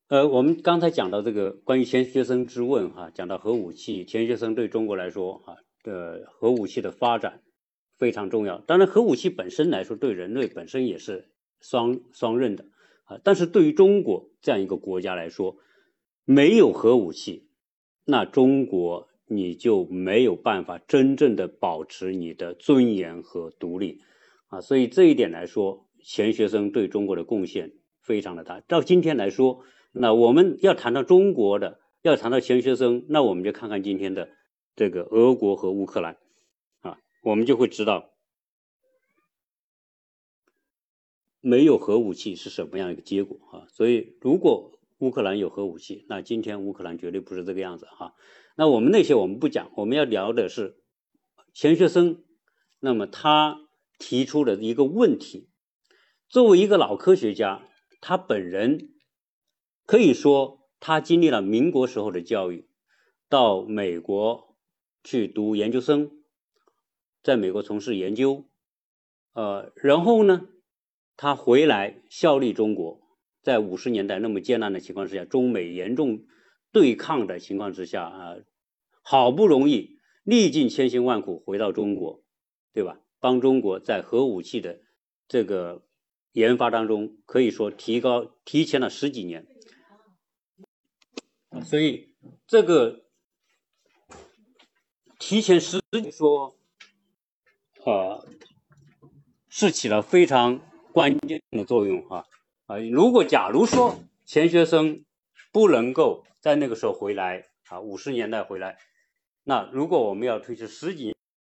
我们刚才讲到这个关于钱学森之问讲到核武器，钱学森对中国来说核武器的发展非常重要。当然，核武器本身来说，对人类本身也是双刃的但是对于中国这样一个国家来说，没有核武器，那中国你就没有办法真正的保持你的尊严和独立所以这一点来说，钱学森对中国的贡献非常的大。到今天来说，那我们要谈到中国的，要谈到钱学森，那我们就看看今天的这个俄国和乌克兰我们就会知道没有核武器是什么样一个结果所以如果乌克兰有核武器，那今天乌克兰绝对不是这个样子那我们那些我们不讲，我们要聊的是钱学森，那么他提出的一个问题。作为一个老科学家，他本人可以说他经历了民国时候的教育，到美国去读研究生，在美国从事研究然后呢他回来效力中国，在50年代那么艰难的情况之下，中美严重对抗的情况之下好不容易历尽千辛万苦回到中国，对吧？帮中国在核武器的这个研发当中，可以说提前了10几年。所以这个提前10年说是起了非常关键的作用假如说钱学森不能够在那个时候回来50年代回来，那如果我们要推迟10几年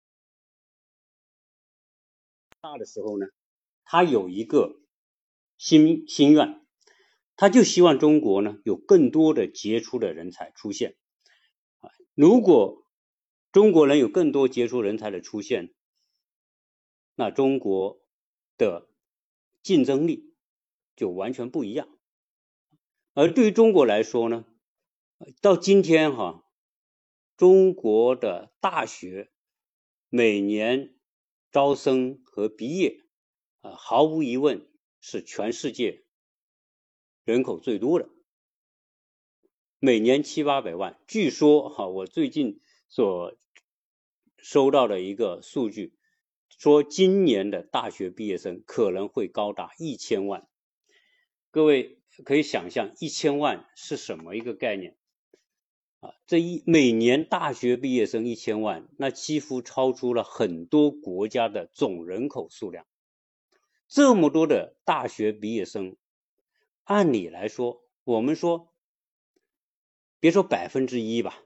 的时候呢，他有一个心愿，他就希望中国呢有更多的杰出的人才出现如果中国能有更多杰出人才的出现，那中国的竞争力就完全不一样。而对于中国来说呢，到今天中国的大学每年招生和毕业毫无疑问是全世界人口最多的，每年700-800万。据说我最近所收到的一个数据说，今年的大学毕业生可能会高达1000万。各位可以想象1000万是什么一个概念每年大学毕业生1000万，那几乎超出了很多国家的总人口数量。这么多的大学毕业生，按理来说，我们说别说1%吧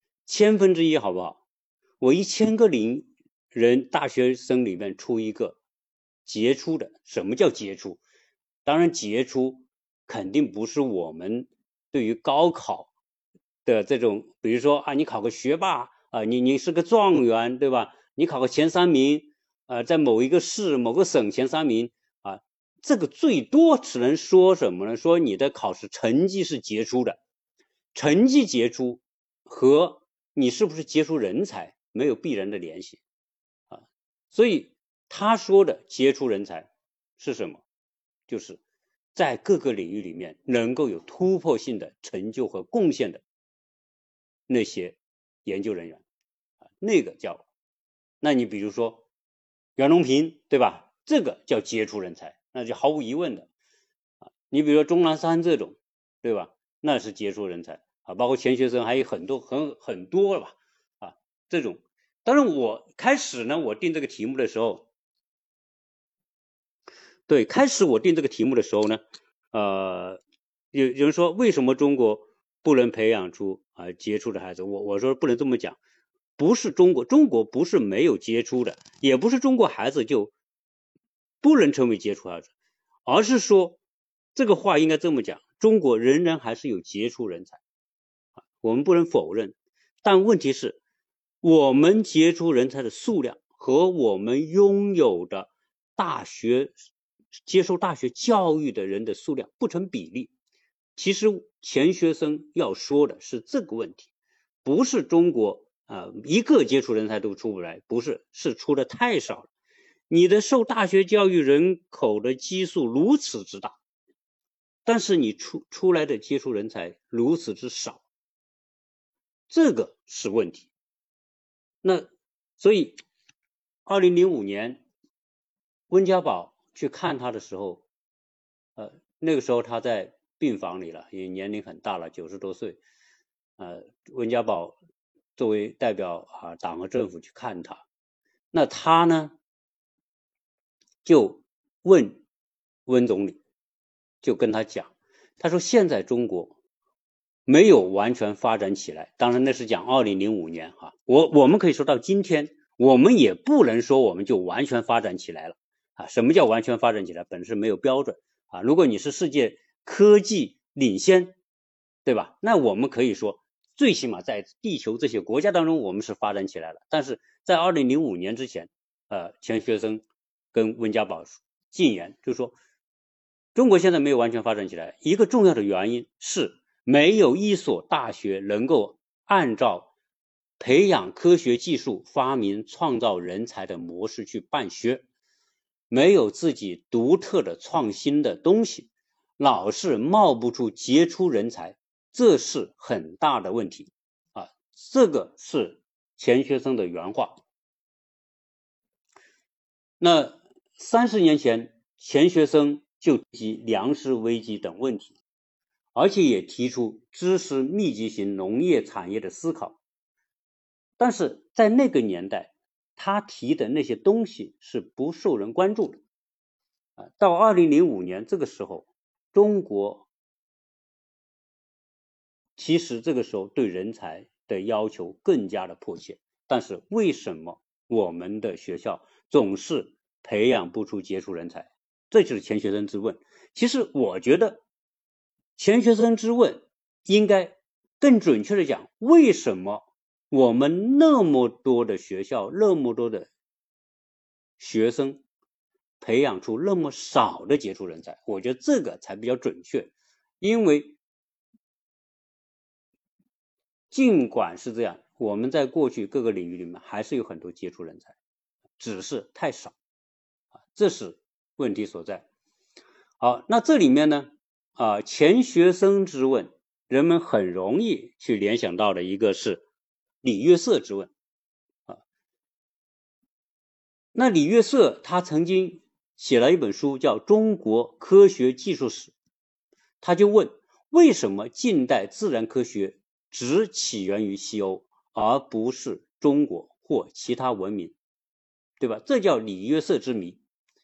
，1/1000好不好？我1000个大学生里面出一个杰出的。什么叫杰出？当然杰出肯定不是我们对于高考的这种，比如说你考个学霸你是个状元，对吧？你考个前3名在某一个市某个省前3名这个最多只能说什么呢？说你的考试成绩是杰出的。成绩杰出和你是不是杰出人才没有必然的联系所以他说的杰出人才是什么？就是在各个领域里面能够有突破性的成就和贡献的那些研究人员那个叫，那你比如说袁隆平，对吧？这个叫杰出人才，那就毫无疑问的你比如说钟南山这种，对吧？那是杰出人才包括钱学森还有很多了吧这种。当然我开始呢，我定这个题目的时候呢有人说为什么中国不能培养出杰出的孩子？我说不能这么讲，不是中国不是没有杰出的，也不是中国孩子就不能成为杰出孩子，而是说这个话应该这么讲，中国仍然还是有杰出人才我们不能否认。但问题是我们杰出人才的数量和我们拥有的接受大学教育的人的数量不成比例。其实钱学森要说的是这个问题，不是中国一个杰出人才都出不来，不是，是出的太少了。你的受大学教育人口的基数如此之大但是你出来的杰出人才如此之少，这个是问题。那所以2005年温家宝去看他的时候，那个时候他在病房里了，也年龄很大了，90多岁。温家宝作为代表党和政府去看他，那他呢就问温总理，就跟他讲，他说现在中国没有完全发展起来，当然那是讲2005年哈，我们可以说到今天，我们也不能说我们就完全发展起来了啊。什么叫完全发展起来？本身没有标准啊。如果你是世界科技领先，对吧？那我们可以说，最起码在地球这些国家当中，我们是发展起来了。但是在2005年之前，钱学森跟温家宝进言，就是说，中国现在没有完全发展起来，一个重要的原因是没有一所大学能够按照培养科学技术、发明创造人才的模式去办学，没有自己独特的创新的东西，老是冒不出杰出人才，这是很大的问题啊！这个是钱学森的原话。那30年前，钱学森就提及粮食危机等问题，而且也提出知识密集型农业产业的思考。但是在那个年代，他提的那些东西是不受人关注的。到2005年这个时候，中国其实这个时候对人才的要求更加的迫切，但是为什么我们的学校总是培养不出杰出人才？这就是钱学森之问。其实我觉得钱学森之问应该更准确的讲，为什么我们那么多的学校，那么多的学生培养出那么少的杰出人才？我觉得这个才比较准确。因为尽管是这样，我们在过去各个领域里面还是有很多杰出人才，只是太少，这是问题所在。好，那这里面呢，钱学森之问，人们很容易去联想到的一个是李约瑟之问。那李约瑟他曾经写了一本书叫《中国科学技术史》，他就问，为什么近代自然科学只起源于西欧，而不是中国或其他文明，对吧？这叫李约瑟之谜。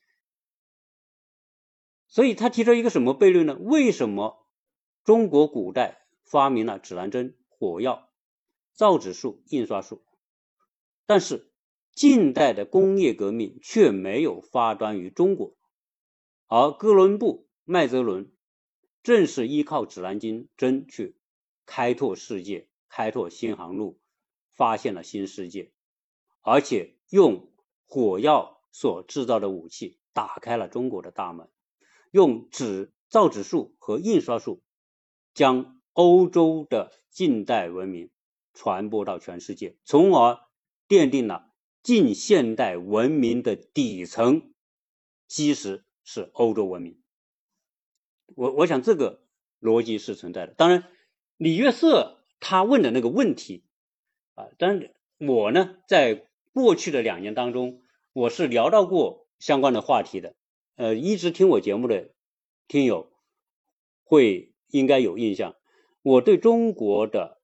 所以他提出一个什么悖论呢？为什么中国古代发明了指南针、火药、造纸术、印刷术，但是近代的工业革命却没有发端于中国，而哥伦布、麦哲伦正是依靠指南针去开拓世界，开拓新航路，发现了新世界，而且用火药所制造的武器打开了中国的大门，用造纸术和印刷术将欧洲的近代文明传播到全世界，从而奠定了近现代文明的底层基石是欧洲文明。我想这个逻辑是存在的。当然李约瑟他问的那个问题当然我呢在过去的2年当中，我是聊到过相关的话题的。一直听我节目的听友会应该有印象，我对中国的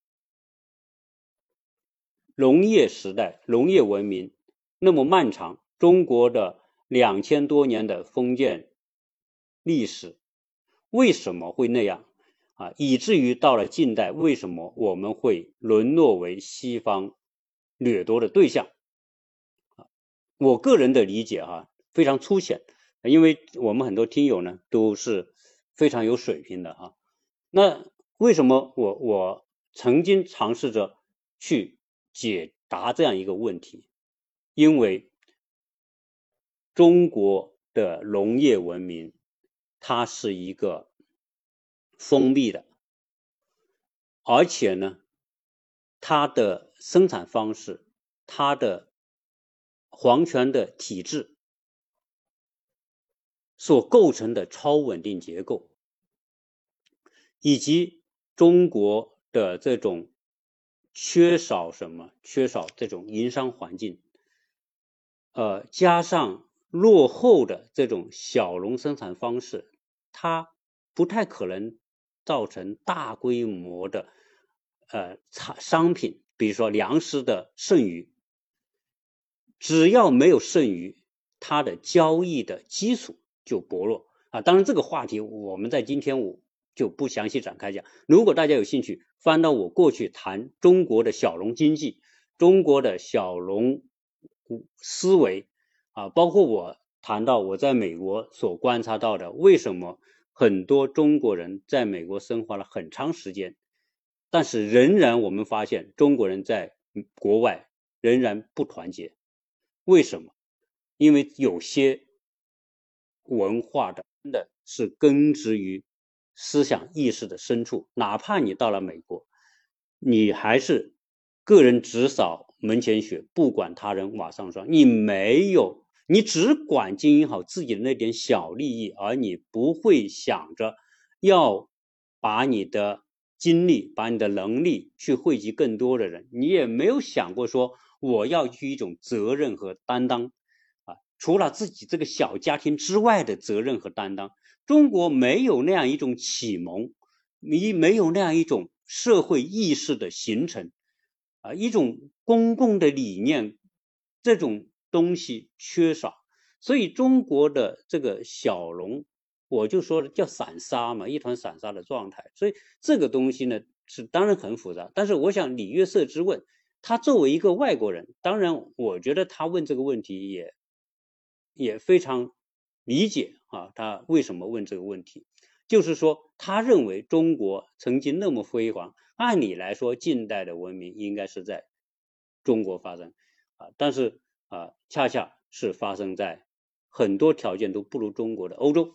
农业时代、农业文明那么漫长，中国的2000多年的封建历史为什么会那样以至于到了近代，为什么我们会沦落为西方掠夺的对象？我个人的理解非常粗浅，因为我们很多听友呢都是非常有水平的那为什么我曾经尝试着去解答这样一个问题？因为中国的农业文明它是一个封闭的，而且呢它的生产方式，它的皇权的体制所构成的超稳定结构， 以及中国的这种缺少这种营商环境，加上落后的这种小农生产方式，它不太可能造成大规模的商品，比如说粮食的剩余。只要没有剩余，它的交易的基础就薄弱啊。当然，这个话题我们在今天我就不详细展开讲。如果大家有兴趣，翻到我过去谈中国的小农经济、中国的小农思维啊，包括我谈到我在美国所观察到的，为什么很多中国人在美国生活了很长时间，但是仍然我们发现中国人在国外仍然不团结。为什么？因为有些文化的真的是根植于思想意识的深处，哪怕你到了美国，你还是个人直扫门前雪，不管他人瓦上霜。你只管经营好自己的那点小利益，而你不会想着要把你的精力、把你的能力去惠及更多的人，你也没有想过说我要去一种责任和担当啊，除了自己这个小家庭之外的责任和担当。中国没有那样一种启蒙，没有那样一种社会意识的形成啊，一种公共的理念，这种东西缺少。所以中国的这个小农，我就说叫散沙嘛，一团散沙的状态。所以这个东西呢是当然很复杂，但是我想李约瑟之问，他作为一个外国人，当然我觉得他问这个问题也非常理解啊，他为什么问这个问题，就是说他认为中国曾经那么辉煌，按理来说近代的文明应该是在中国发生啊，但是恰恰是发生在很多条件都不如中国的欧洲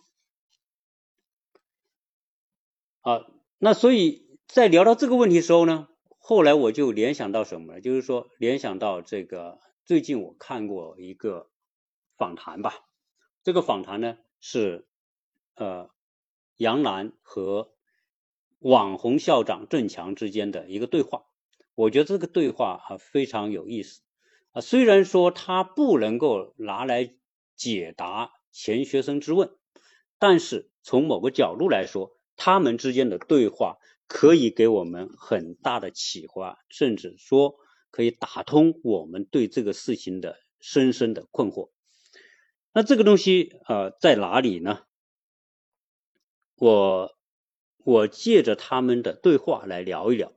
啊。那所以在聊到这个问题的时候呢，后来我就联想到什么呢？就是说联想到这个最近我看过一个访谈吧，这个访谈呢是杨澜和网红校长郑强之间的一个对话。我觉得这个对话非常有意思啊，虽然说他不能够拿来解答钱学森之问，但是从某个角度来说，他们之间的对话可以给我们很大的启发，甚至说可以打通我们对这个事情的深深的困惑。那这个东西在哪里呢？我借着他们的对话来聊一聊。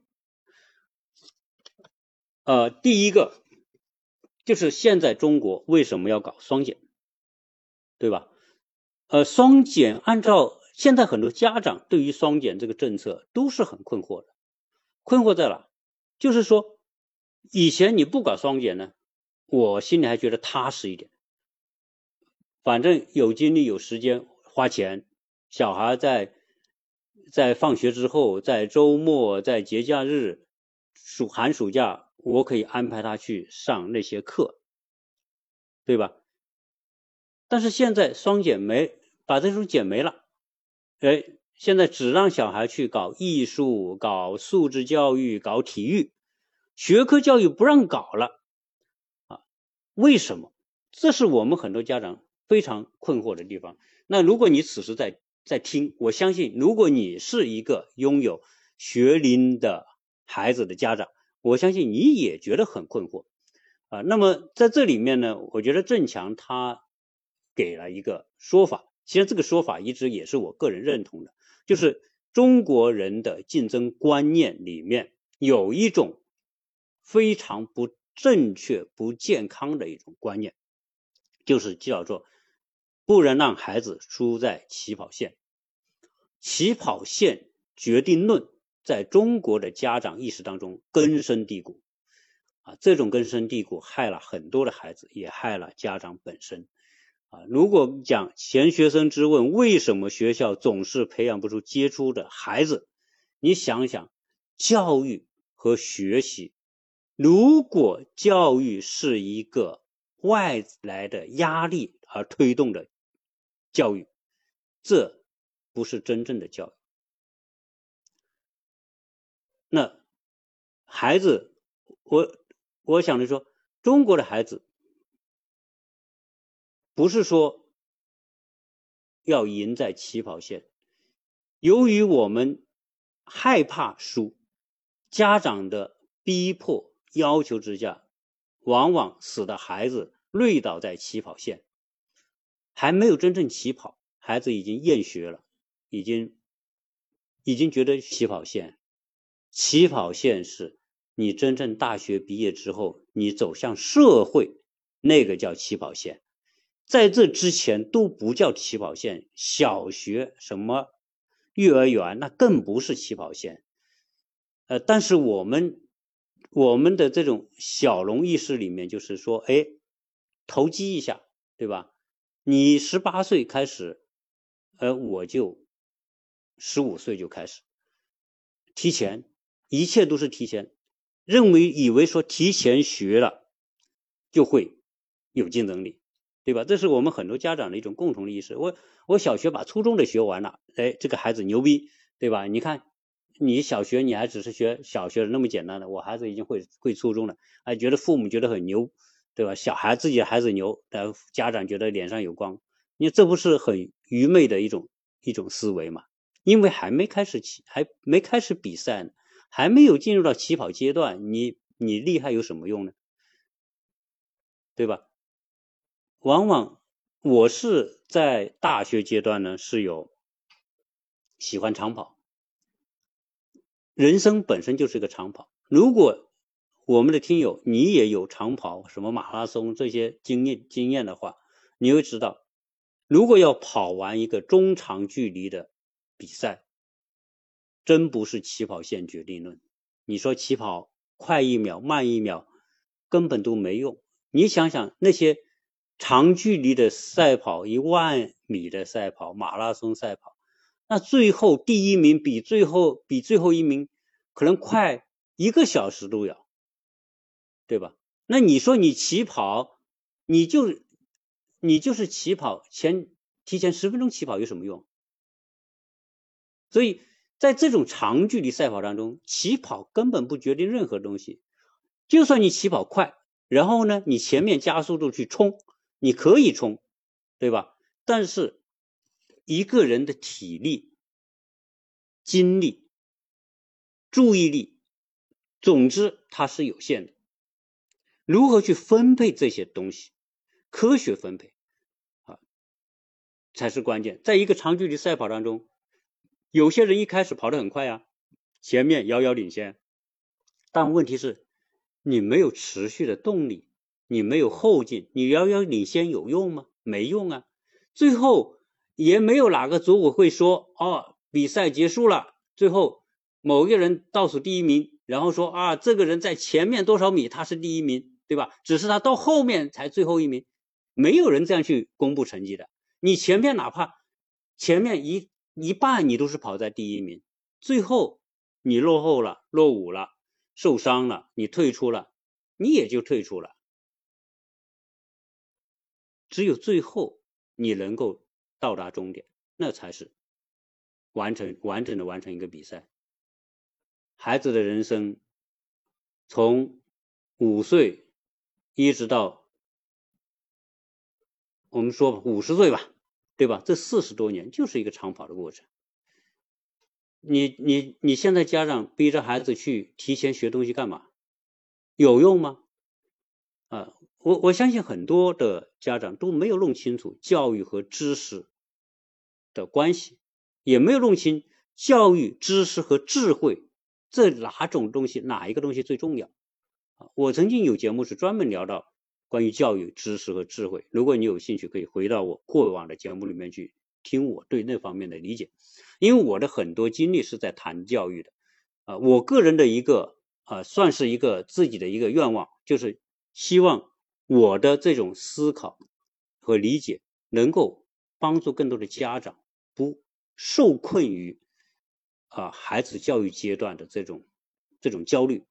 第一个就是现在中国为什么要搞双减，对吧？双减按照现在很多家长对于双减这个政策都是很困惑的。困惑在哪？就是说以前你不搞双减呢，我心里还觉得踏实一点，反正有精力有时间花钱，小孩在放学之后，在周末，在节假日，寒暑假，我可以安排他去上那些课，对吧？但是现在双减把这种减没了，现在只让小孩去搞艺术、搞素质教育、搞体育，学科教育不让搞了啊？为什么？这是我们很多家长非常困惑的地方。那如果你此时在听，我相信如果你是一个拥有学龄的孩子的家长，我相信你也觉得很困惑啊。那么在这里面呢，我觉得郑强他给了一个说法，其实这个说法一直也是我个人认同的，就是中国人的竞争观念里面有一种非常不正确、不健康的一种观念，就是叫做不能让孩子输在起跑线。起跑线决定论在中国的家长意识当中根深蒂固啊，这种根深蒂固害了很多的孩子，也害了家长本身啊。如果讲钱学森之问，为什么学校总是培养不出杰出的孩子？你想想，教育和学习，如果教育是一个外来的压力而推动的教育，这不是真正的教育。 孩子，我想着说，中国的孩子不是说要赢在起跑线，由于我们害怕输，家长的逼迫要求之下，往往使得孩子累倒在起跑线，还没有真正起跑，孩子已经厌学了，已经觉得起跑线是你真正大学毕业之后，你走向社会，那个叫起跑线。在这之前都不叫起跑线，小学什么幼儿园那更不是起跑线。但是我们的这种小农意识里面就是说，投机一下，对吧？你18岁开始，我就15岁就开始，提前，一切都是提前，以为说提前学了就会有竞争力，对吧？这是我们很多家长的一种共同的意识。我小学把初中的学完了，这个孩子牛逼，对吧？你看你小学你还只是学小学那么简单的，我孩子已经会初中了，觉得父母觉得很牛，对吧？自己的孩子牛，家长觉得脸上有光，你这不是很愚昧的一种思维吗？因为还没开始比赛呢，还没有进入到起跑阶段，你厉害有什么用呢？对吧？往往我是在大学阶段呢是有喜欢长跑，人生本身就是一个长跑。如果我们的听友你也有长跑什么马拉松这些经验的话，你会知道，如果要跑完一个中长距离的比赛，真不是起跑线决定论。你说起跑快1秒慢1秒根本都没用。你想想那些长距离的赛跑，1万米的赛跑，马拉松赛跑，那最后第一名比最后一名可能快1个小时都要，对吧？那你说你起跑，你就是起跑提前10分钟起跑有什么用？所以在这种长距离赛跑当中，起跑根本不决定任何东西。就算你起跑快，然后呢你前面加速度去冲，你可以冲，对吧？但是一个人的体力、精力、注意力，总之它是有限的。如何去分配这些东西，科学分配才是关键。在一个长距离赛跑当中，有些人一开始跑得很快啊，前面遥遥领先，但问题是你没有持续的动力，你没有后劲，你遥遥领先有用吗？没用啊。最后也没有哪个组委会说比赛结束了，最后某个人倒数第1名，然后说这个人在前面多少米他是第1名，对吧？只是他到后面才最后1名，没有人这样去公布成绩的。你前面哪怕前面一半你都是跑在第1名，最后你落后了、落伍了、受伤了，你退出了，你也就退出了。只有最后你能够到达终点，那才是完整的完成一个比赛。孩子的人生从5岁一直到我们说50岁吧，对吧？这40多年就是一个长跑的过程。你现在家长逼着孩子去提前学东西干嘛？有用吗？我相信很多的家长都没有弄清楚教育和知识的关系，也没有弄清教育、知识和智慧这哪一个东西最重要。我曾经有节目是专门聊到关于教育、知识和智慧，如果你有兴趣可以回到我过往的节目里面去听我对那方面的理解。因为我的很多经历是在谈教育的，我个人的一个算是一个自己的一个愿望，就是希望我的这种思考和理解能够帮助更多的家长不受困于孩子教育阶段的这种焦虑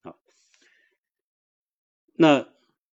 那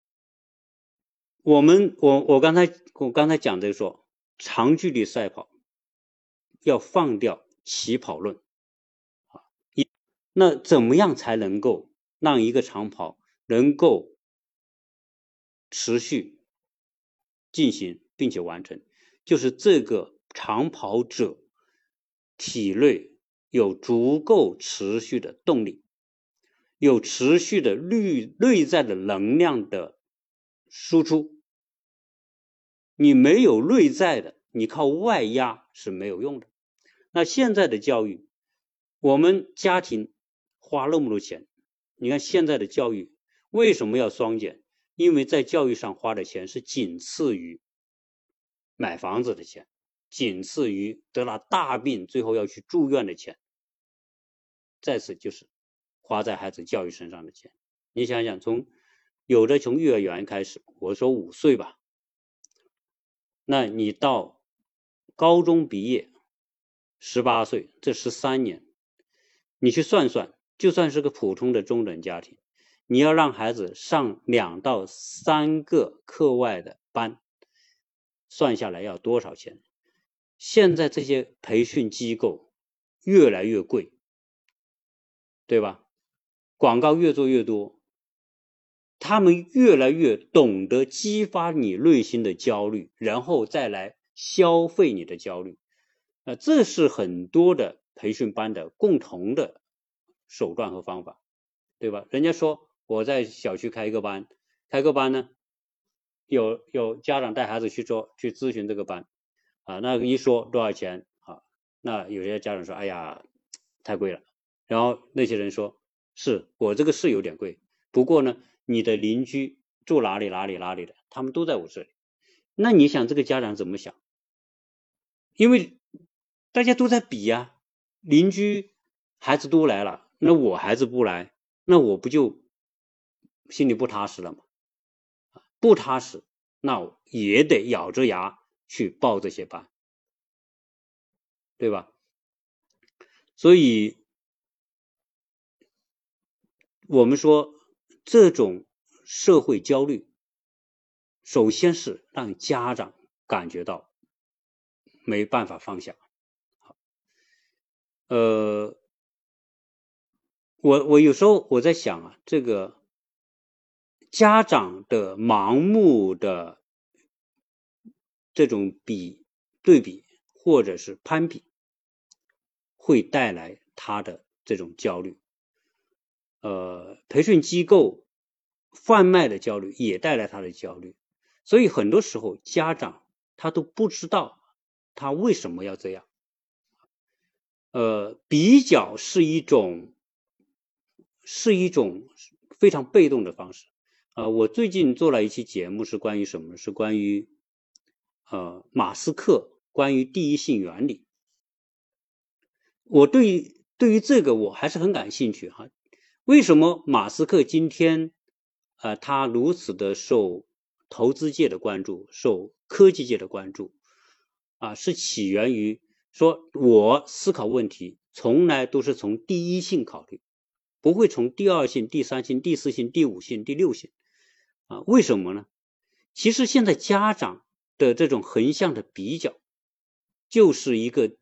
我刚才讲的说，长距离赛跑要放掉起跑论那怎么样才能够让一个长跑能够持续进行并且完成，就是这个长跑者体内有足够持续的动力，有持续的内在的能量的输出。你没有内在的，你靠外压是没有用的。那现在的教育，我们家庭花那么多钱，你看现在的教育为什么要双减？因为在教育上花的钱是仅次于买房子的钱，仅次于得了大病最后要去住院的钱，再次就是花在孩子教育身上的钱。你想想，有的从幼儿园开始，我说5岁吧，那你到高中毕业18岁，这13年，你去算算，就算是个普通的中等家庭，你要让孩子上2到3个课外的班，算下来要多少钱？现在这些培训机构越来越贵，对吧？广告越做越多，他们越来越懂得激发你内心的焦虑，然后再来消费你的焦虑。这是很多的培训班的共同的手段和方法，对吧？人家说我在小区开个班呢，有家长带孩子去咨询这个班那一说多少钱那有些家长说哎呀太贵了，然后那些人说是我这个是有点贵，不过呢你的邻居住哪里的，他们都在我这里。那你想这个家长怎么想？因为大家都在比呀，邻居孩子都来了，那我孩子不来，那我不就心里不踏实了吗？不踏实，那也得咬着牙去报这些班，对吧？所以我们说这种社会焦虑，首先是让家长感觉到没办法放下。我有时候我在想这个家长的盲目的这种对比或者是攀比，会带来他的这种焦虑。培训机构贩卖的焦虑也带来他的焦虑，所以很多时候家长他都不知道他为什么要这样。比较是一种非常被动的方式。我最近做了一期节目是关于什么？是关于马斯克关于第一性原理。我对于这个我还是很感兴趣为什么马斯克今天他如此的受投资界的关注，受科技界的关注是起源于说我思考问题从来都是从第一性考虑，不会从第二性、第三性、第四性、第五性、第六性为什么呢？其实现在家长的这种横向的比较就是一个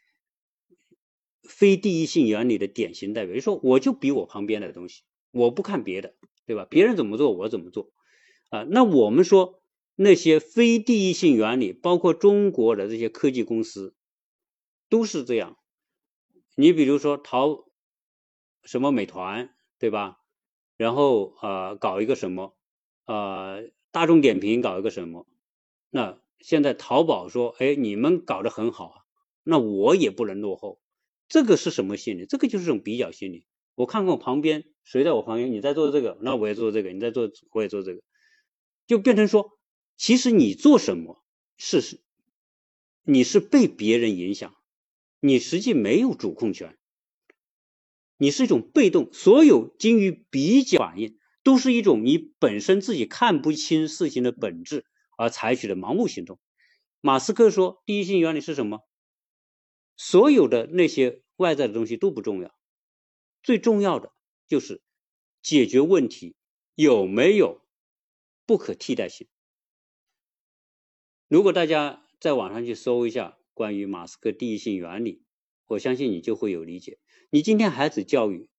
非第一性原理的典型代表，就是说我就比我旁边的东西，我不看别的，对吧？别人怎么做我怎么做那我们说那些非第一性原理，包括中国的这些科技公司都是这样。你比如说什么美团，对吧？然后搞一个什么大众点评搞一个什么，那现在淘宝说你们搞得很好那我也不能落后。这个是什么心理？这个就是这种比较心理。我看看我旁边谁在我旁边，你在做这个，那我也做这个，你在做我也做这个，就变成说其实你做什么你是被别人影响，你实际没有主控权，你是一种被动，所有基于比较反应都是一种你本身自己看不清事情的本质而采取的盲目行动。马斯克说第一性原理是什么？所有的那些外在的东西都不重要，最重要的就是解决问题有没有不可替代性。如果大家在网上去搜一下关于马斯克第一性原理，我相信你就会有理解。你今天孩子教育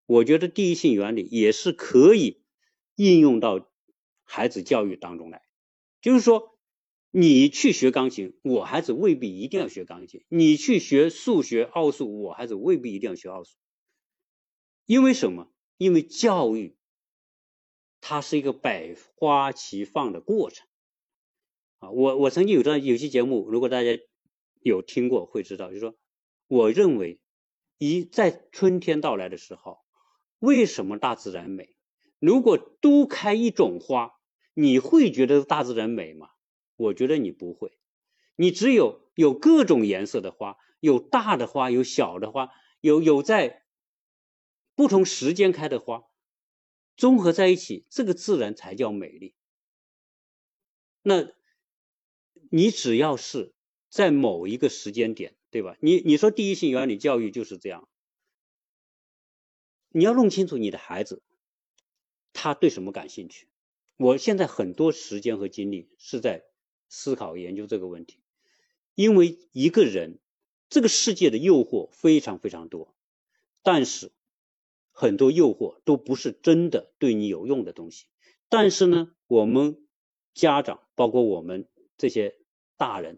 我觉得第一性原理也是可以应用到孩子教育当中来。就是说，你去学钢琴，我孩子未必一定要学钢琴；你去学数学、奥数，我孩子未必一定要学奥数。因为什么？因为教育它是一个百花齐放的过程啊。我曾经有期节目，如果大家有听过会知道，就是说，我认为在春天到来的时候，为什么大自然美？如果多开一种花，你会觉得大自然美吗？我觉得你不会。你只有各种颜色的花，有大的花，有小的花，有在不同时间开的花，综合在一起，这个自然才叫美丽。那你只要是在某一个时间点，对吧？你说第一性原理教育就是这样，你要弄清楚你的孩子他对什么感兴趣。我现在很多时间和精力是在思考研究这个问题，因为一个人这个世界的诱惑非常非常多，但是很多诱惑都不是真的对你有用的东西。但是呢，我们家长包括我们这些大人，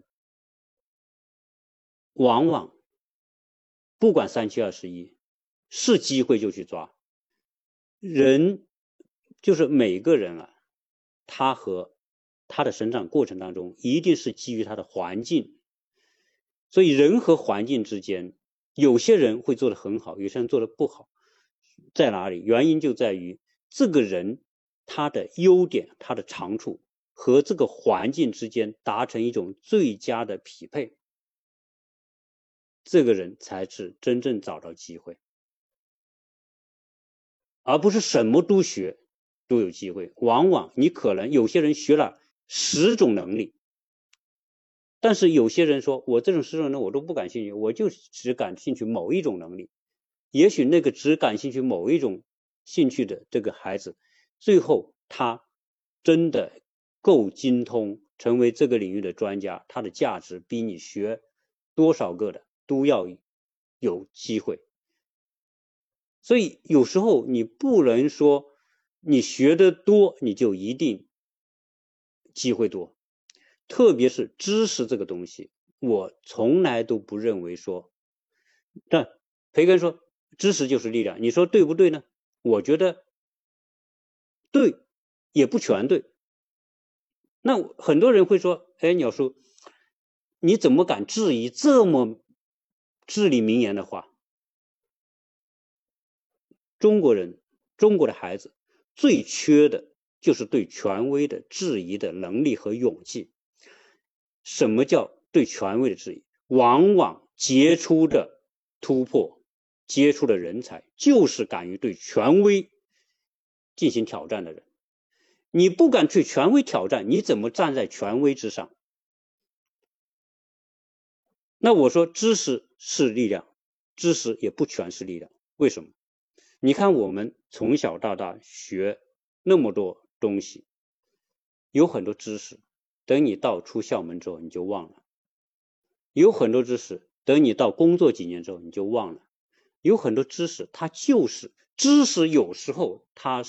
往往不管3721，是机会就去抓。人就是每个人啊，他和他的成长过程当中一定是基于他的环境，所以人和环境之间，有些人会做得很好，有些人做得不好，在哪里？原因就在于这个人他的优点、他的长处和这个环境之间达成一种最佳的匹配，这个人才是真正找到机会，而不是什么都学都有机会。往往你可能有些人学了10种能力，但是有些人说我这种10种能力我都不感兴趣，我就只感兴趣某一种能力。也许那个只感兴趣某一种兴趣的这个孩子，最后他真的够精通，成为这个领域的专家，他的价值比你学多少个的都要有机会。所以有时候你不能说你学得多你就一定机会多，特别是知识这个东西，我从来都不认为说，但培根说知识就是力量，你说对不对呢？我觉得对，也不全对。那很多人会说，哎，鸟叔，你怎么敢质疑这么至理名言的话？中国人，中国的孩子最缺的就是对权威的质疑的能力和勇气。什么叫对权威的质疑？往往杰出的突破、杰出的人才，就是敢于对权威进行挑战的人。你不敢对权威挑战，你怎么站在权威之上？那我说知识是力量，知识也不全是力量。为什么？你看我们从小到大学那么多东西，有很多知识等你到出校门之后你就忘了，有很多知识等你到工作几年之后你就忘了，有很多知识它就是知识，有时候它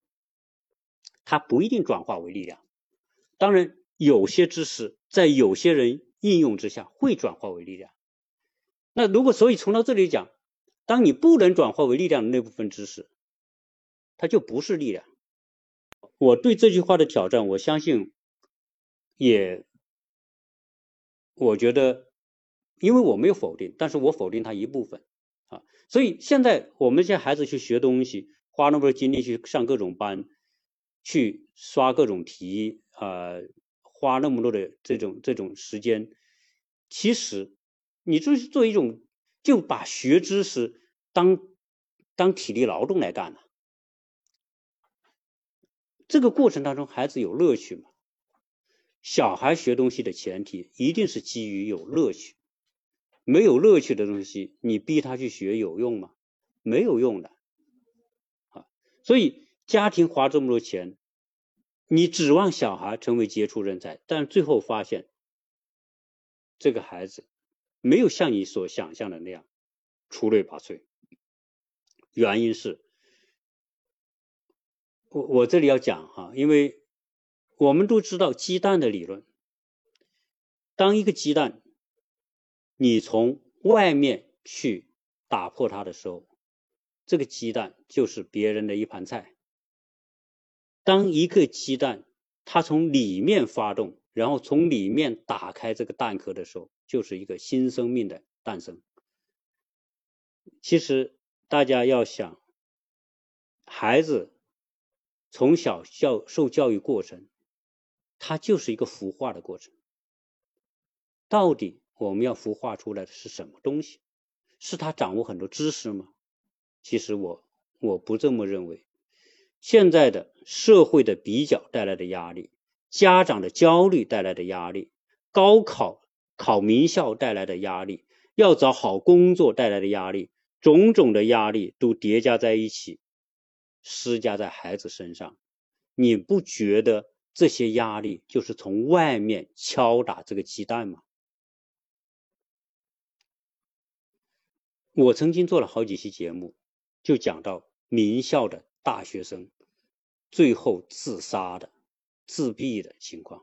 不一定转化为力量。当然有些知识在有些人应用之下会转化为力量。那如果所以从到这里讲，当你不能转化为力量的那部分知识，它就不是力量。我对这句话的挑战，我相信我觉得，因为我没有否定，但是我否定它一部分啊。所以现在我们这些孩子去学东西，花那么多精力去上各种班，去刷各种题花那么多的这种时间，其实你就是做一种就把学知识当体力劳动来干了。这个过程当中，孩子有乐趣吗？小孩学东西的前提一定是基于有乐趣，没有乐趣的东西，你逼他去学有用吗？没有用的啊。所以家庭花这么多钱，你指望小孩成为杰出人才，但最后发现这个孩子没有像你所想象的那样出类拔萃。原因是我这里要讲哈，因为我们都知道鸡蛋的理论。当一个鸡蛋你从外面去打破它的时候，这个鸡蛋就是别人的一盘菜。当一个鸡蛋它从里面发动，然后从里面打开这个蛋壳的时候，就是一个新生命的诞生。其实大家要想，孩子从小受教育过程，它就是一个孵化的过程。到底我们要孵化出来的是什么东西？是他掌握很多知识吗？其实我不这么认为。现在的社会的比较带来的压力，家长的焦虑带来的压力，高考考名校带来的压力，要找好工作带来的压力，种种的压力都叠加在一起，施加在孩子身上。你不觉得这些压力就是从外面敲打这个鸡蛋吗？我曾经做了好几期节目，就讲到名校的大学生最后自杀的、自闭的情况。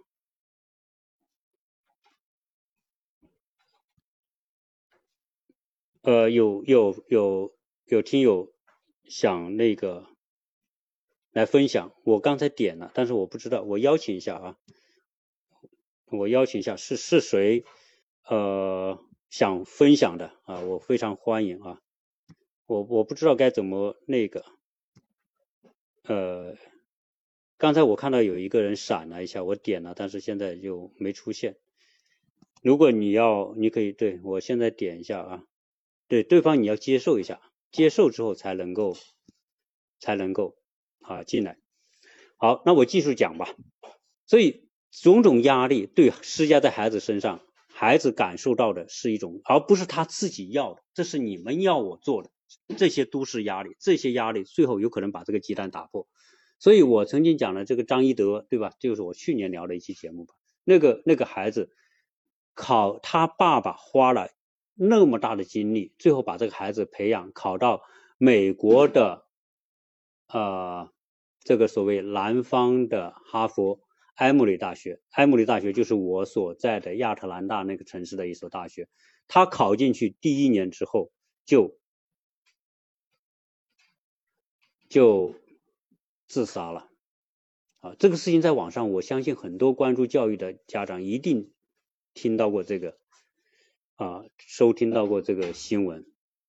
有听友想那个来分享，我刚才点了，但是我不知道，我邀请一下啊，我邀请一下是谁想分享的啊，我非常欢迎啊，我不知道该怎么那个刚才我看到有一个人闪了一下，我点了，但是现在就没出现。如果你可以对我现在点一下啊，对方你要接受一下，接受之后才能够进来。好，那我继续讲吧。所以种种压力对施加在孩子身上，孩子感受到的是一种，而不是他自己要的，这是你们要我做的，这些都是压力，这些压力最后有可能把这个鸡蛋打破。所以我曾经讲了这个张一德，对吧？就是我去年聊的一期节目吧。那个孩子他爸爸花了那么大的精力，最后把这个孩子培养考到美国的这个所谓南方的哈佛埃默里大学。埃默里大学就是我所在的亚特兰大那个城市的一所大学。他考进去第一年之后就自杀了啊！这个事情在网上，我相信很多关注教育的家长一定听到过这个收听到过这个新闻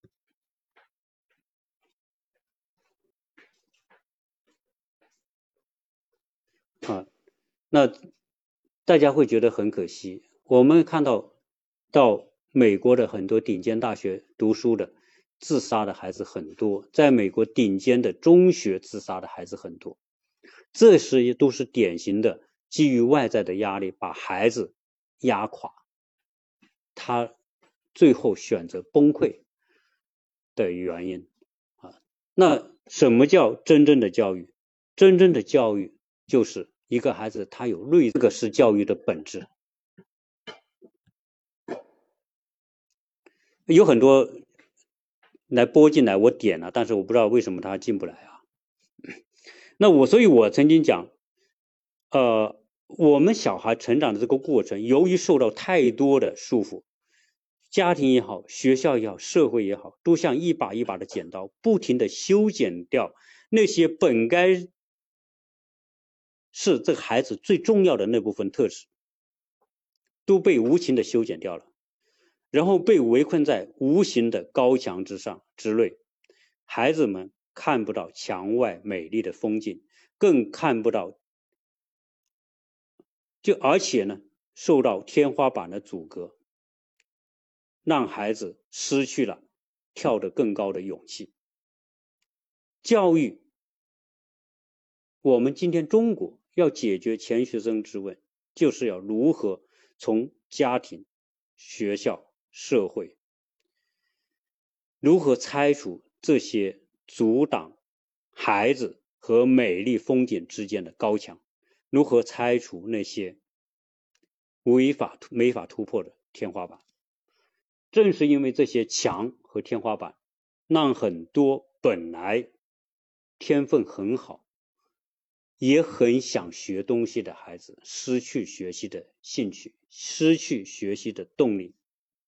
啊。那大家会觉得很可惜。我们看到美国的很多顶尖大学读书的自杀的孩子很多，在美国顶尖的中学自杀的孩子很多，这都是典型的基于外在的压力把孩子压垮，他最后选择崩溃的原因啊。那什么叫真正的教育？真正的教育就是一个孩子他有这个是教育的本质。有很多来播进来，我点了，但是我不知道为什么他进不来啊。所以我曾经讲，我们小孩成长的这个过程，由于受到太多的束缚，家庭也好，学校也好，社会也好，都像一把一把的剪刀，不停的修剪掉那些本该是这个孩子最重要的那部分特质，都被无情的修剪掉了。然后被围困在无形的高墙之内，孩子们看不到墙外美丽的风景，更看不到，而且呢，受到天花板的阻隔，让孩子失去了跳得更高的勇气。教育，我们今天中国要解决钱学森之问，就是要如何从家庭、学校、社会如何拆除这些阻挡孩子和美丽风景之间的高墙？如何拆除那些没法突破的天花板？正是因为这些墙和天花板，让很多本来天分很好， 也很想学东西的孩子失去学习的兴趣，失去学习的动力，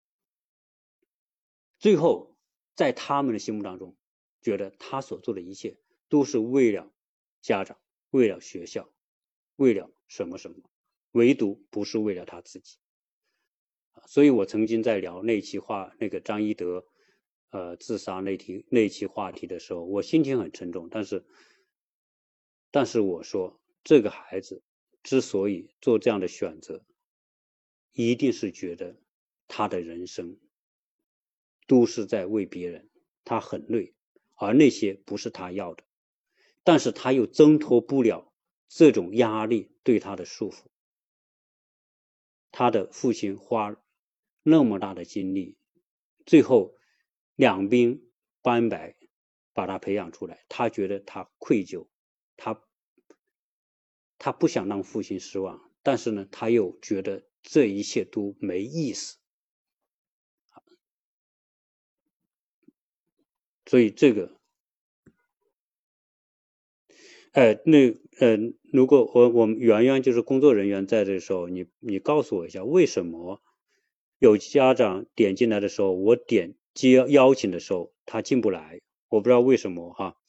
最后在他们的心目当中，觉得他所做的一切都是为了家长，为了学校，为了什么什么，唯独不是为了他自己。所以我曾经在聊那个张一德自杀那期话题的时候，我心情很沉重，但是我说这个孩子之所以做这样的选择，一定是觉得他的人生都是在为别人，他很累，而那些不是他要的，但是他又挣脱不了这种压力对他的束缚。他的父亲花那么大的精力，最后两鬓斑白把他培养出来，他觉得他愧疚，他不想让父亲失望，但是呢，他又觉得这一切都没意思，所以这个，如果我们圆圆就是工作人员在这时候，你告诉我一下，为什么有家长点进来的时候，我点接邀请的时候，他进不来，我不知道为什么哈。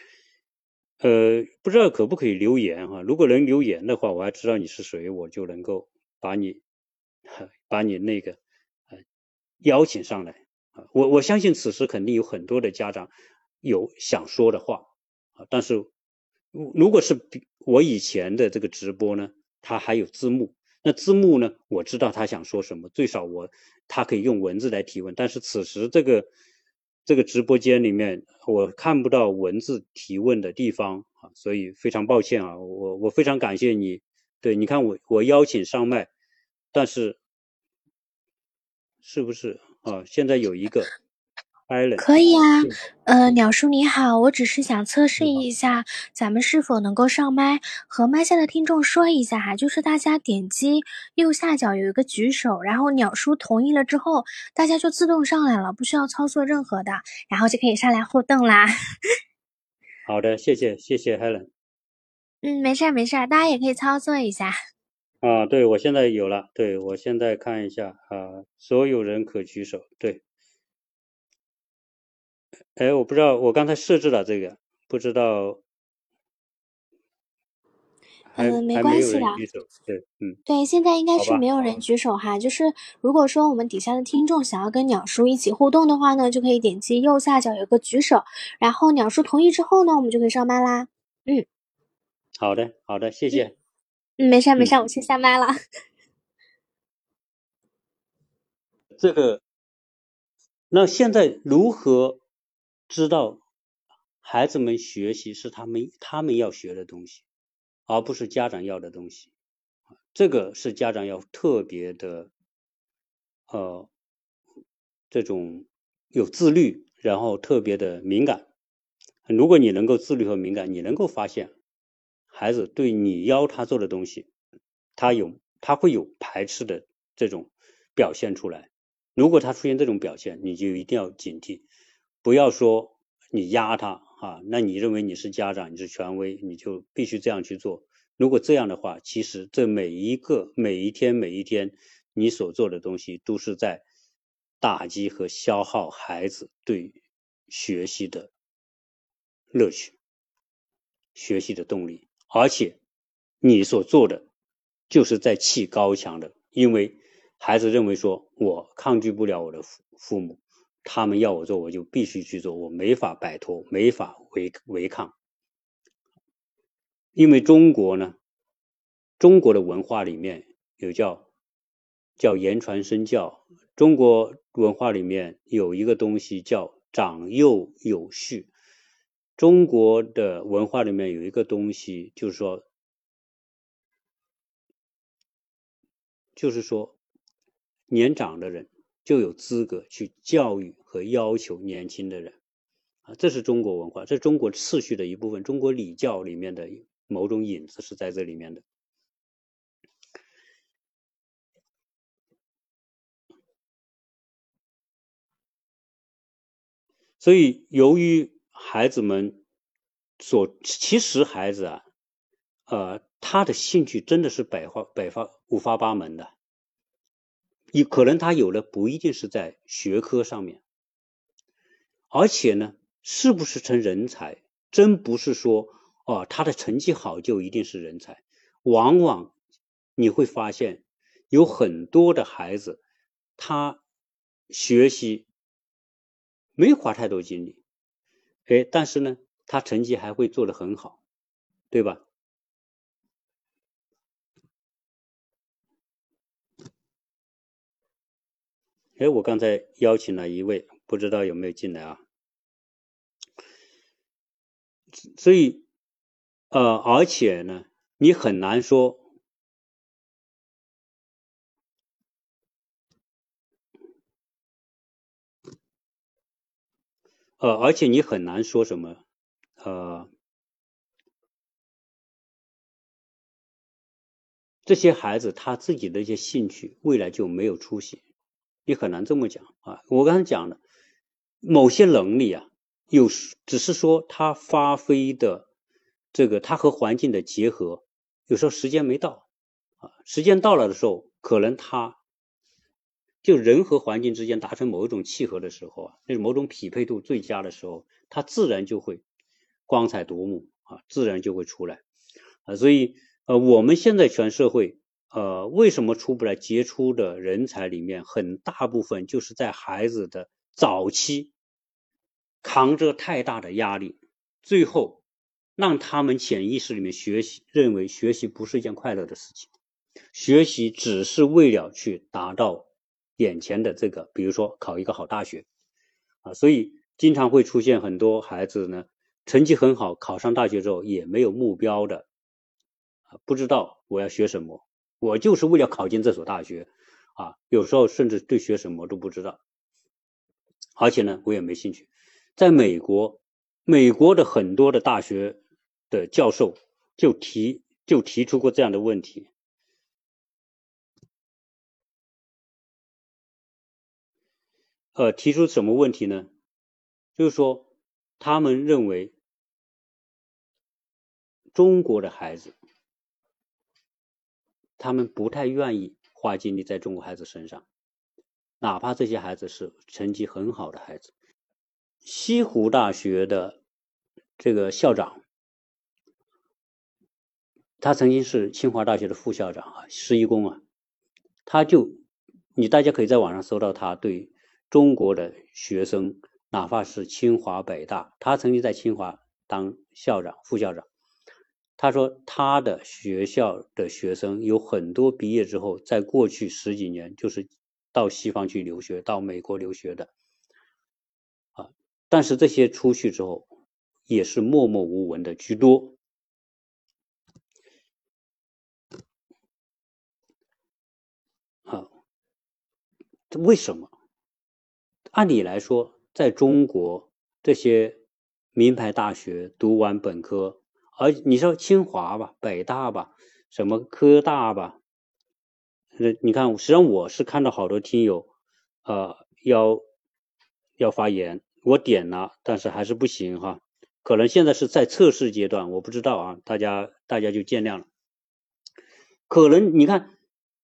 不知道可不可以留言哈？如果能留言的话，我还知道你是谁，我就能够把你那个邀请上来啊。我相信此时肯定有很多的家长有想说的话啊，但是如果是我以前的这个直播呢，它还有字幕，那字幕呢，我知道他想说什么，最少他可以用文字来提问，但是此时这个直播间里面我看不到文字提问的地方啊，所以非常抱歉啊，我非常感谢你。对，你看我邀请上麦，但是是不是啊？现在有一个 Allen， 可以啊，鸟叔你好，我只是想测试一下咱们是否能够上麦，和麦下的听众说一下哈，就是大家点击右下角有一个举手，然后鸟叔同意了之后，大家就自动上来了，不需要操作任何的，然后就可以上来互动啦。 好的，谢谢 Helen。 没事没事，大家也可以操作一下。 啊，对，我现在有了，对，我现在看一下啊，所有人可举手，对。哎，我不知道，我刚才设置了这个，不知道没还没有关系的。 人举手，对， 对，现在应该好吧， 是没有人举手哈。就是如果说我们底下的听众想要跟鸟叔一起互动的话呢，就可以点击右下角有个举手，然后鸟叔同意之后呢，我们就可以上麦啦。 好的，好的，谢谢， 没事没事，我先下麦了。 这个，那现在如何知道孩子们学习是他们要学的东西，而不是家长要的东西？这个是家长要特别的这种有自律，然后特别的敏感。如果你能够自律和敏感，你能够发现孩子对你要他做的东西，他会有排斥的这种表现出来。如果他出现这种表现，你就一定要警惕，不要说你压他啊，那你认为你是家长，你是权威，你就必须这样去做。如果这样的话，其实这每一天你所做的东西都是在打击和消耗孩子对学习的乐趣、学习的动力，而且你所做的就是在砌高墙的，因为孩子认为说我抗拒不了我的父母，他们要我做我就必须去做，我没法摆脱，没法违抗。因为中国的文化里面有叫言传身教，中国文化里面有一个东西叫长幼有序，中国的文化里面有一个东西就是说年长的人就有资格去教育和要求年轻的人啊，这是中国文化，这是中国秩序的一部分，中国礼教里面的某种影子是在这里面的。所以由于孩子们其实孩子他的兴趣真的是五花八门的，可能他有的不一定是在学科上面，而且呢，是不是成人才，真不是说他的成绩好就一定是人才。往往你会发现有很多的孩子，他学习没花太多精力，但是呢，他成绩还会做得很好，对吧？我刚才邀请了一位，不知道有没有进来啊？所以，而且呢，你很难说，而且你很难说什么，这些孩子他自己的一些兴趣，未来就没有出息，你很难这么讲啊。我刚才讲的某些能力啊，只是说他发挥的这个他和环境的结合，有时候时间没到啊，时间到了的时候，可能他就人和环境之间达成某一种契合的时候啊，那种某种匹配度最佳的时候，他自然就会光彩夺目啊，自然就会出来啊。所以我们现在全社会为什么出不来杰出的人才里面，很大部分就是在孩子的早期扛着太大的压力，最后让他们潜意识里面认为学习不是一件快乐的事情，学习只是为了去达到眼前的这个，比如说考一个好大学啊，所以经常会出现很多孩子呢，成绩很好，考上大学之后也没有目标的，不知道我要学什么，我就是为了考进这所大学啊，有时候甚至对学什么都不知道，而且呢，我也没兴趣。在美国，美国的很多的大学的教授就提出过这样的问题，提出什么问题呢？就是说，他们认为中国的孩子，他们不太愿意花精力在中国孩子身上，哪怕这些孩子是成绩很好的孩子。西湖大学的这个校长，他曾经是清华大学的副校长啊，施一公啊，大家可以在网上搜到他对中国的学生，哪怕是清华北大，他曾经在清华当校长、副校长。他说他的学校的学生有很多毕业之后，在过去10几年就是到西方去留学，到美国留学的啊，但是这些出去之后也是默默无闻的居多啊。为什么？按理来说，在中国这些名牌大学读完本科，而你说清华吧、北大吧、什么科大吧，你看，实际上我是看到好多听友，要发言，我点了，但是还是不行哈，可能现在是在测试阶段，我不知道啊，大家就见谅了。可能你看，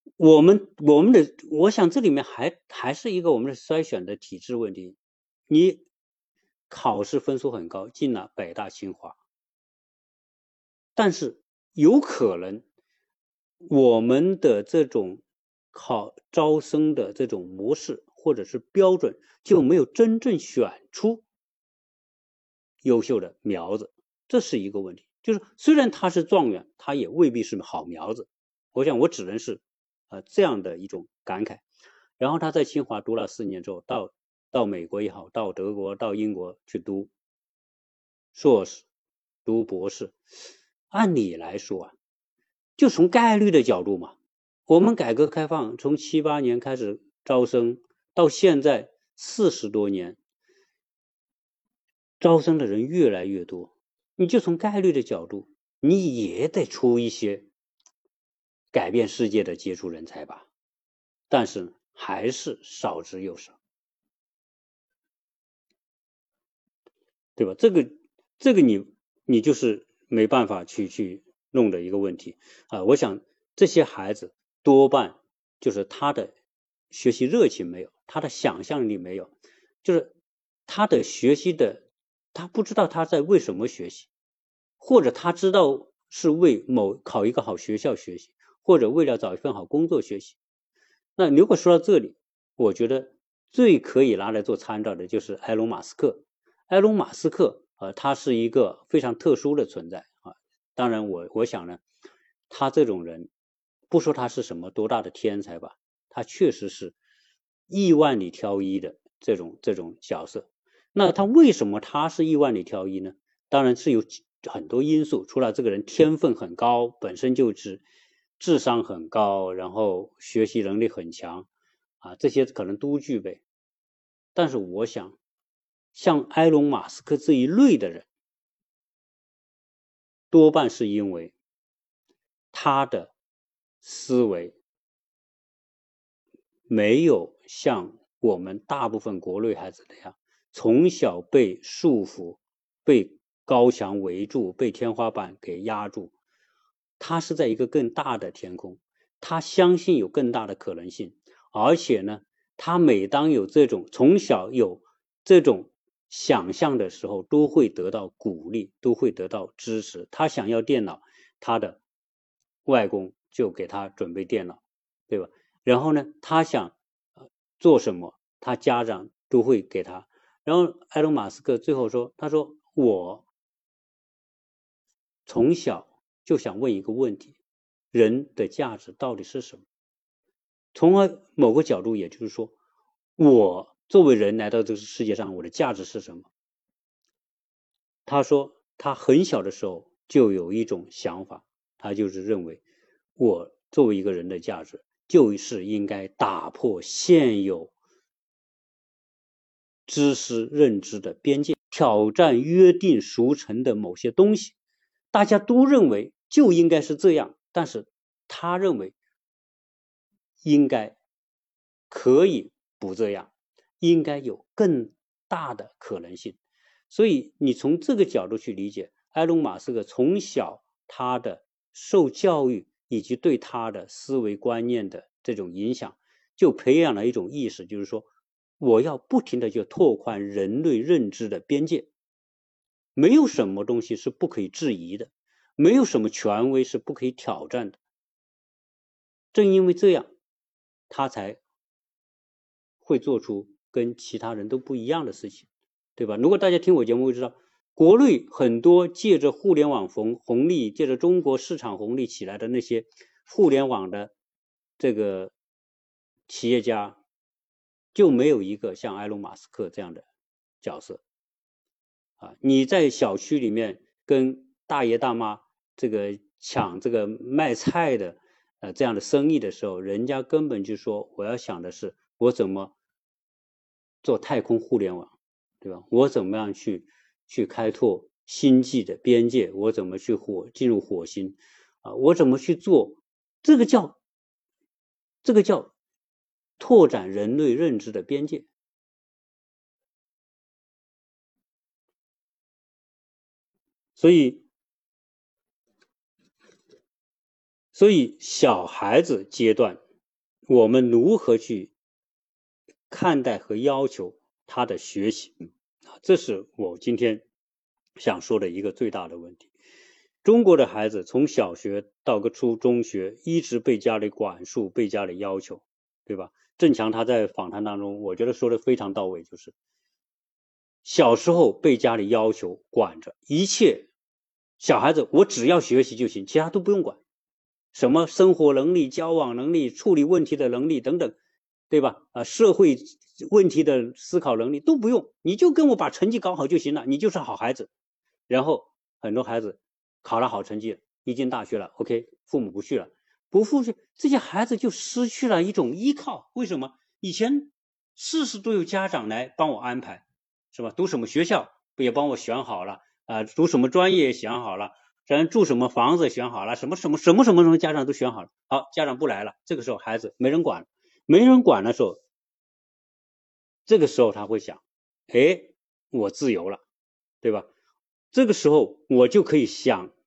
我想这里面还是一个我们的筛选的体制问题。你考试分数很高，进了北大清华，但是有可能我们的这种招生的这种模式或者是标准就没有真正选出优秀的苗子，这是一个问题。就是虽然他是状元，他也未必是好苗子。我想我只能是这样的一种感慨。然后他在清华读了4年之后，到美国也好，到德国、到英国去读硕士、读博士。按理来说啊，就从概率的角度嘛，我们改革开放从7、8年开始招生，到现在40多年，招生的人越来越多，你就从概率的角度，你也得出一些改变世界的杰出人才吧。但是还是少之又少，对吧？这个你就是没办法去弄的一个问题我想这些孩子多半就是他的学习热情没有，他的想象力没有，就是他的学习的，他不知道他在为什么学习，或者他知道是为考一个好学校学习，或者为了找一份好工作学习。那如果说到这里，我觉得最可以拿来做参照的就是埃隆·马斯克。埃隆·马斯克他是一个非常特殊的存在当然我想呢，他这种人不说他是什么多大的天才吧，他确实是亿万里挑一的这种角色。那他为什么他是亿万里挑一呢？当然是有很多因素，除了这个人天分很高，本身就是智商很高，然后学习能力很强这些可能都具备。但是我想像埃隆·马斯克这一类的人，多半是因为他的思维没有像我们大部分国内孩子那样从小被束缚，被高墙围住，被天花板给压住。他是在一个更大的天空，他相信有更大的可能性，而且呢，他每当有这种从小有这种想象的时候，都会得到鼓励，都会得到支持。他想要电脑，他的外公就给他准备电脑，对吧？然后呢，他想做什么，他家长都会给他。然后埃隆·马斯克最后说，他说我从小就想问一个问题，人的价值到底是什么？从某个角度，也就是说，我作为人来到这个世界上，我的价值是什么？他说他很小的时候就有一种想法，他就是认为我作为一个人的价值就是应该打破现有知识认知的边界，挑战约定俗成的某些东西。大家都认为就应该是这样，但是他认为应该可以不这样，应该有更大的可能性。所以你从这个角度去理解埃隆·马斯克从小他的受教育以及对他的思维观念的这种影响，就培养了一种意识，就是说我要不停的去拓宽人类认知的边界，没有什么东西是不可以质疑的，没有什么权威是不可以挑战的。正因为这样，他才会做出跟其他人都不一样的事情，对吧？如果大家听我节目会知道，国内很多借着互联网红利，借着中国市场红利起来的那些互联网的这个企业家，就没有一个像埃隆·马斯克这样的角色你在小区里面跟大爷大妈这个抢这个卖菜的这样的生意的时候，人家根本就说我要想的是我怎么做太空互联网，对吧？我怎么样去开拓星际的边界？我怎么去进入火星我怎么去做？这个叫拓展人类认知的边界。所以小孩子阶段，我们如何去看待和要求他的学习这是我今天想说的一个最大的问题。中国的孩子从小学到个中学一直被家里管束，被家里要求，对吧？郑强他在访谈当中我觉得说的非常到位，就是小时候被家里要求管着一切，小孩子我只要学习就行，其他都不用管，什么生活能力、交往能力、处理问题的能力等等，对吧？社会问题的思考能力都不用，你就跟我把成绩搞好就行了，你就是好孩子。然后很多孩子考了好成绩，一进大学了 OK， 父母不去了，不付去，这些孩子就失去了一种依靠。为什么？以前事事都有家长来帮我安排，是吧？读什么学校也帮我选好了读什么专业也选好了，住什么房子选好了，什么家长都选好了。好，家长不来了，这个时候孩子没人管的时候，这个时候他会想，我自由了，对吧？这个时候我就可以想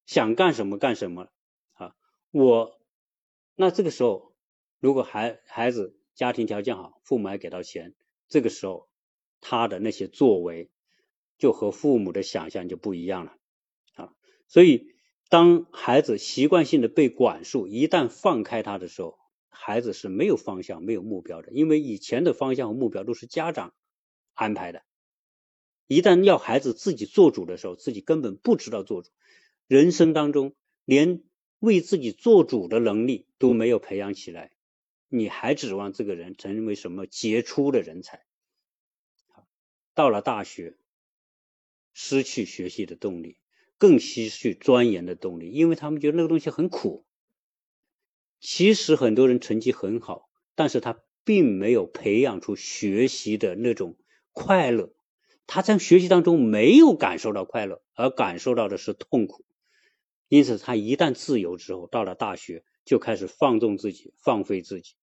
想干什么干什么啊。那这个时候如果孩子家庭条件好，父母还给到钱，这个时候他的那些作为就和父母的想象就不一样了啊。所以当孩子习惯性的被管束，一旦放开他的时候，孩子是没有方向没有目标的，因为以前的方向和目标都是家长安排的，一旦要孩子自己做主的时候，自己根本不知道做主，人生当中连为自己做主的能力都没有培养起来，你还指望这个人成为什么杰出的人才？到了大学失去学习的动力，更失去钻研的动力，因为他们觉得那个东西很苦。其实很多人成绩很好，但是他并没有培养出学习的那种快乐，他在学习当中没有感受到快乐，而感受到的是痛苦。因此他一旦自由之后，到了大学就开始放纵自己，放飞自己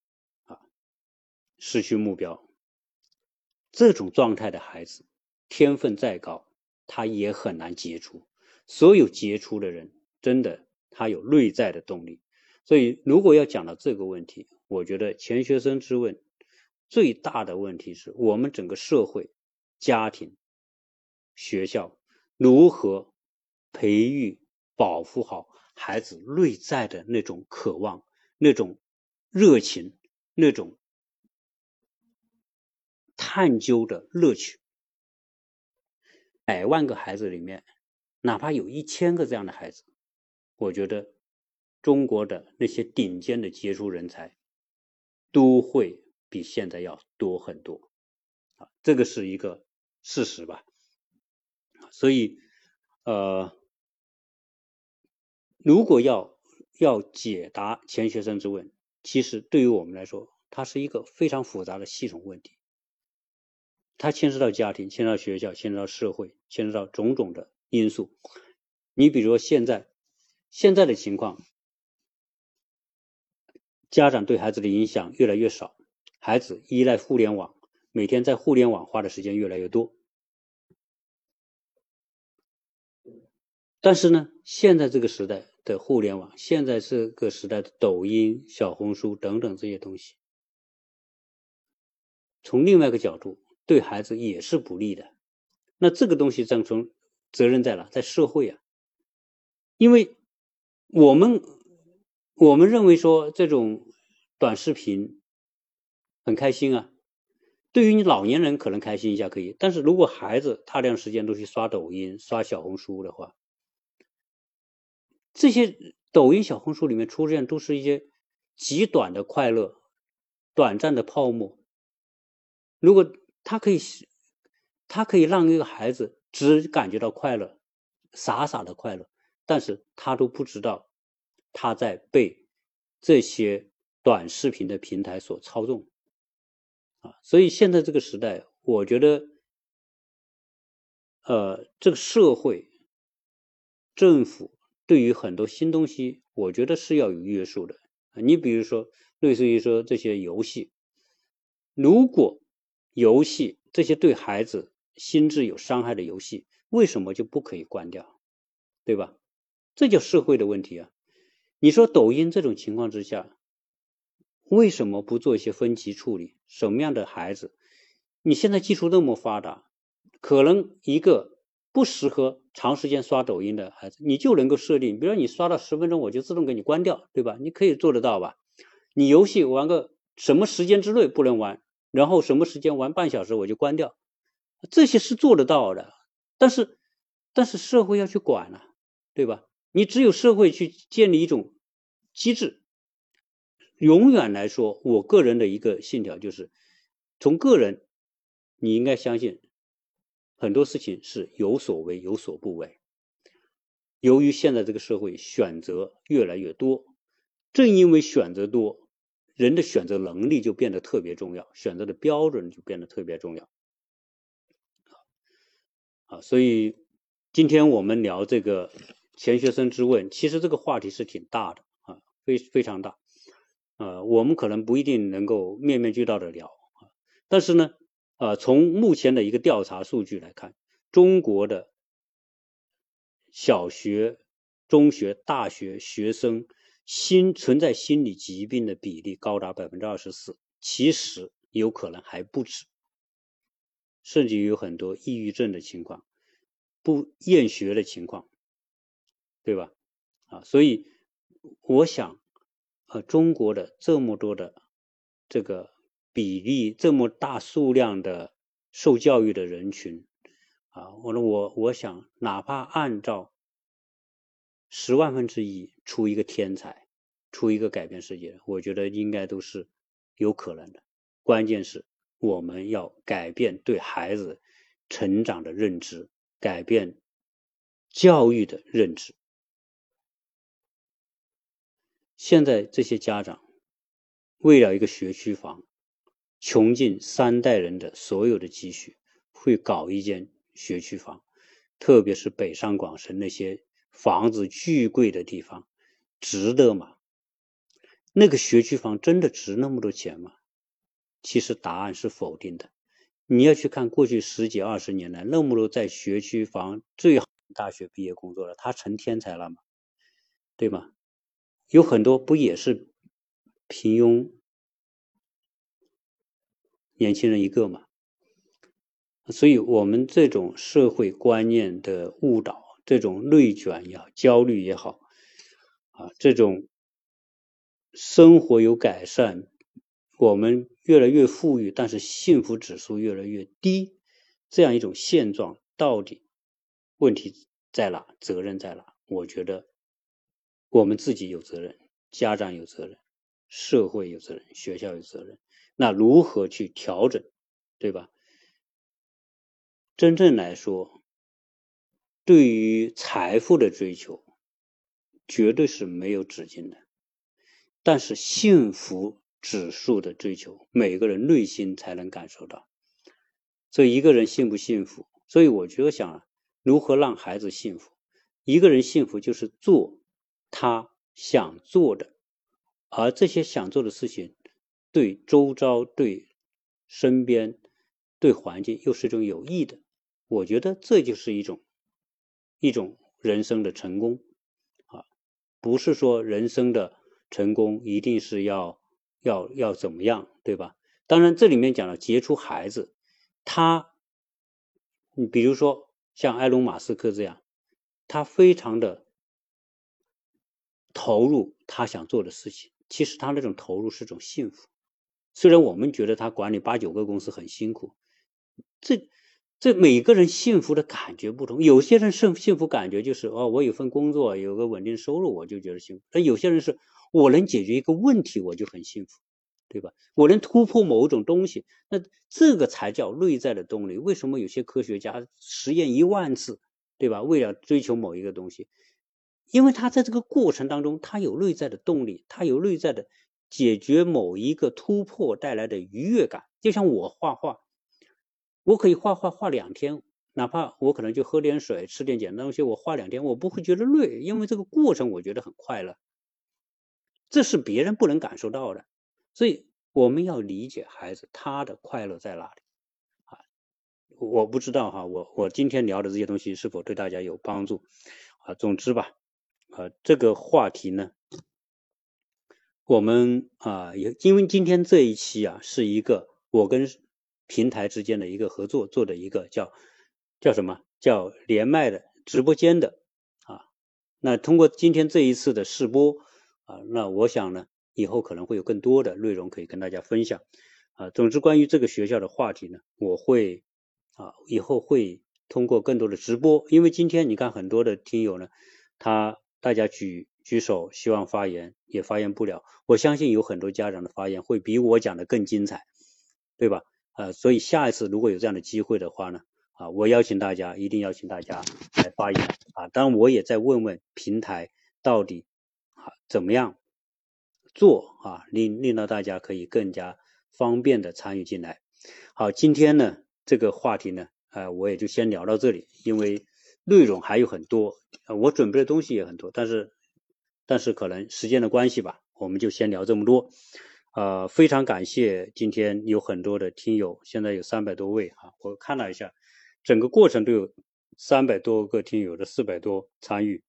失去目标。这种状态的孩子天分再高，他也很难杰出。所有杰出的人真的他有内在的动力。所以如果要讲到这个问题，我觉得钱学森之问最大的问题是我们整个社会、家庭、学校如何培育保护好孩子内在的那种渴望、那种热情、那种探究的乐趣。100万个孩子里面，哪怕有1000个这样的孩子，我觉得中国的那些顶尖的杰出人才都会比现在要多很多这个是一个事实吧。所以如果要解答钱学森之问，其实对于我们来说，它是一个非常复杂的系统问题，它牵涉到家庭，牵涉到学校，牵涉到社会，牵涉到种种的因素。你比如说现在的情况，家长对孩子的影响越来越少，孩子依赖互联网，每天在互联网花的时间越来越多。但是呢，现在这个时代的互联网，现在这个时代的抖音、小红书等等这些东西，从另外一个角度对孩子也是不利的。那这个东西从责任在哪？在社会啊。因为我们认为说这种短视频很开心啊，对于你老年人可能开心一下可以，但是如果孩子大量时间都去刷抖音、刷小红书的话，这些抖音、小红书里面出现都是一些极短的快乐、短暂的泡沫。如果他可以让一个孩子只感觉到快乐，傻傻的快乐，但是他都不知道他在被这些短视频的平台所操纵所以现在这个时代，我觉得这个社会、政府对于很多新东西，我觉得是要有约束的。你比如说，类似于说这些游戏，如果游戏这些对孩子心智有伤害的游戏，为什么就不可以关掉？对吧？这就社会的问题啊。你说抖音这种情况之下，为什么不做一些分级处理？什么样的孩子，你现在技术那么发达，可能一个不适合长时间刷抖音的孩子，你就能够设定，比如说你刷到10分钟，我就自动给你关掉，对吧？你可以做得到吧？你游戏玩个什么时间之内不能玩，然后什么时间玩半小时我就关掉，这些是做得到的。但是社会要去管了，对吧？你只有社会去建立一种机制。永远来说，我个人的一个信条就是，从个人你应该相信很多事情是有所为有所不为。由于现在这个社会选择越来越多，正因为选择多，人的选择能力就变得特别重要，选择的标准就变得特别重要所以今天我们聊这个钱学森之问，其实这个话题是挺大的非常大我们可能不一定能够面面俱到的聊但是呢从目前的一个调查数据来看，中国的小学中学、大学学生存在心理疾病的比例高达 24%， 其实有可能还不止，甚至有很多抑郁症的情况，不厌学的情况，对吧？所以我想中国的这么多的这个比例，这么大数量的受教育的人群我想哪怕按照10万分之一出一个天才，出一个改变世界，我觉得应该都是有可能的。关键是我们要改变对孩子成长的认知，改变教育的认知。现在这些家长为了一个学区房，穷尽3代人的所有的积蓄，会搞一间学区房，特别是北上广深那些房子巨贵的地方，值得吗？那个学区房真的值那么多钱吗？其实答案是否定的。你要去看过去10几20年来，那么多在学区房最好大学毕业工作了，他成天才了吗？对吗？有很多不也是平庸年轻人一个吗？所以我们这种社会观念的误导，这种内卷也好，焦虑也好这种生活有改善，我们越来越富裕，但是幸福指数越来越低，这样一种现状，到底问题在哪？责任在哪？我觉得我们自己有责任，家长有责任，社会有责任，学校有责任。那如何去调整，对吧？真正来说，对于财富的追求绝对是没有止境的，但是幸福指数的追求，每个人内心才能感受到。所以一个人幸不幸福，所以我觉得想如何让孩子幸福，一个人幸福就是做他想做的，而这些想做的事情对周遭、对身边、对环境又是一种有益的，我觉得这就是一种人生的成功不是说人生的成功一定是要怎么样，对吧？当然这里面讲了杰出孩子，你比如说像埃隆·马斯克这样，他非常的投入他想做的事情，其实他那种投入是种幸福。虽然我们觉得他管理8、9个公司很辛苦，这每个人幸福的感觉不同，有些人幸福感觉就是我有份工作，有个稳定收入，我就觉得幸福。但有些人是我能解决一个问题，我就很幸福，对吧？我能突破某种东西，那这个才叫内在的动力。为什么有些科学家实验1万次，对吧？为了追求某一个东西，因为他在这个过程当中，他有内在的动力，他有内在的解决某一个突破带来的愉悦感。就像我画画，我可以画2天，哪怕我可能就喝点水，吃点简单东西，我画2天，我不会觉得累，因为这个过程我觉得很快乐，这是别人不能感受到的。所以我们要理解孩子他的快乐在哪里我不知道我今天聊的这些东西是否对大家有帮助总之吧这个话题呢，我们也因为今天这一期是一个我跟平台之间的一个合作做的一个叫什么叫连麦的直播间的那通过今天这一次的试播那我想呢以后可能会有更多的内容可以跟大家分享总之关于这个学校的话题呢，我会以后会通过更多的直播，因为今天你看很多的听友呢大家举手希望发言也发言不了，我相信有很多家长的发言会比我讲的更精彩，对吧所以下一次如果有这样的机会的话呢我一定邀请大家来发言当然我也在问问平台到底怎么样做令到大家可以更加方便的参与进来。好，今天呢这个话题呢我也就先聊到这里，因为内容还有很多我准备的东西也很多，但是可能时间的关系吧，我们就先聊这么多非常感谢今天有很多的听友，现在有300多位我看了一下整个过程都有300多个听友的400多参与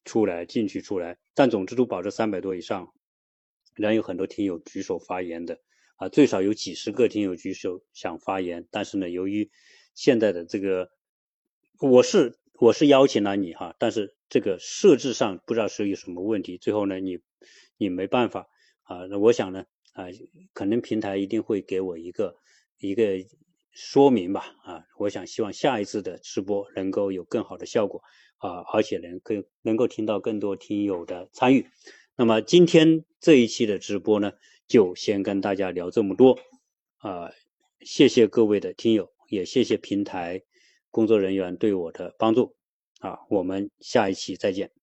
出来进去出来，但总之都保持300多以上，仍有很多听友举手发言的最少有几十个听友举手想发言，但是呢，由于现在的这个我是邀请了你但是这个设置上不知道是有什么问题，最后呢你没办法那我想呢可能平台一定会给我一个说明吧我想希望下一次的直播能够有更好的效果而且能够听到更多听友的参与。那么今天这一期的直播呢，就先跟大家聊这么多谢谢各位的听友，也谢谢平台工作人员对我的帮助我们下一期再见。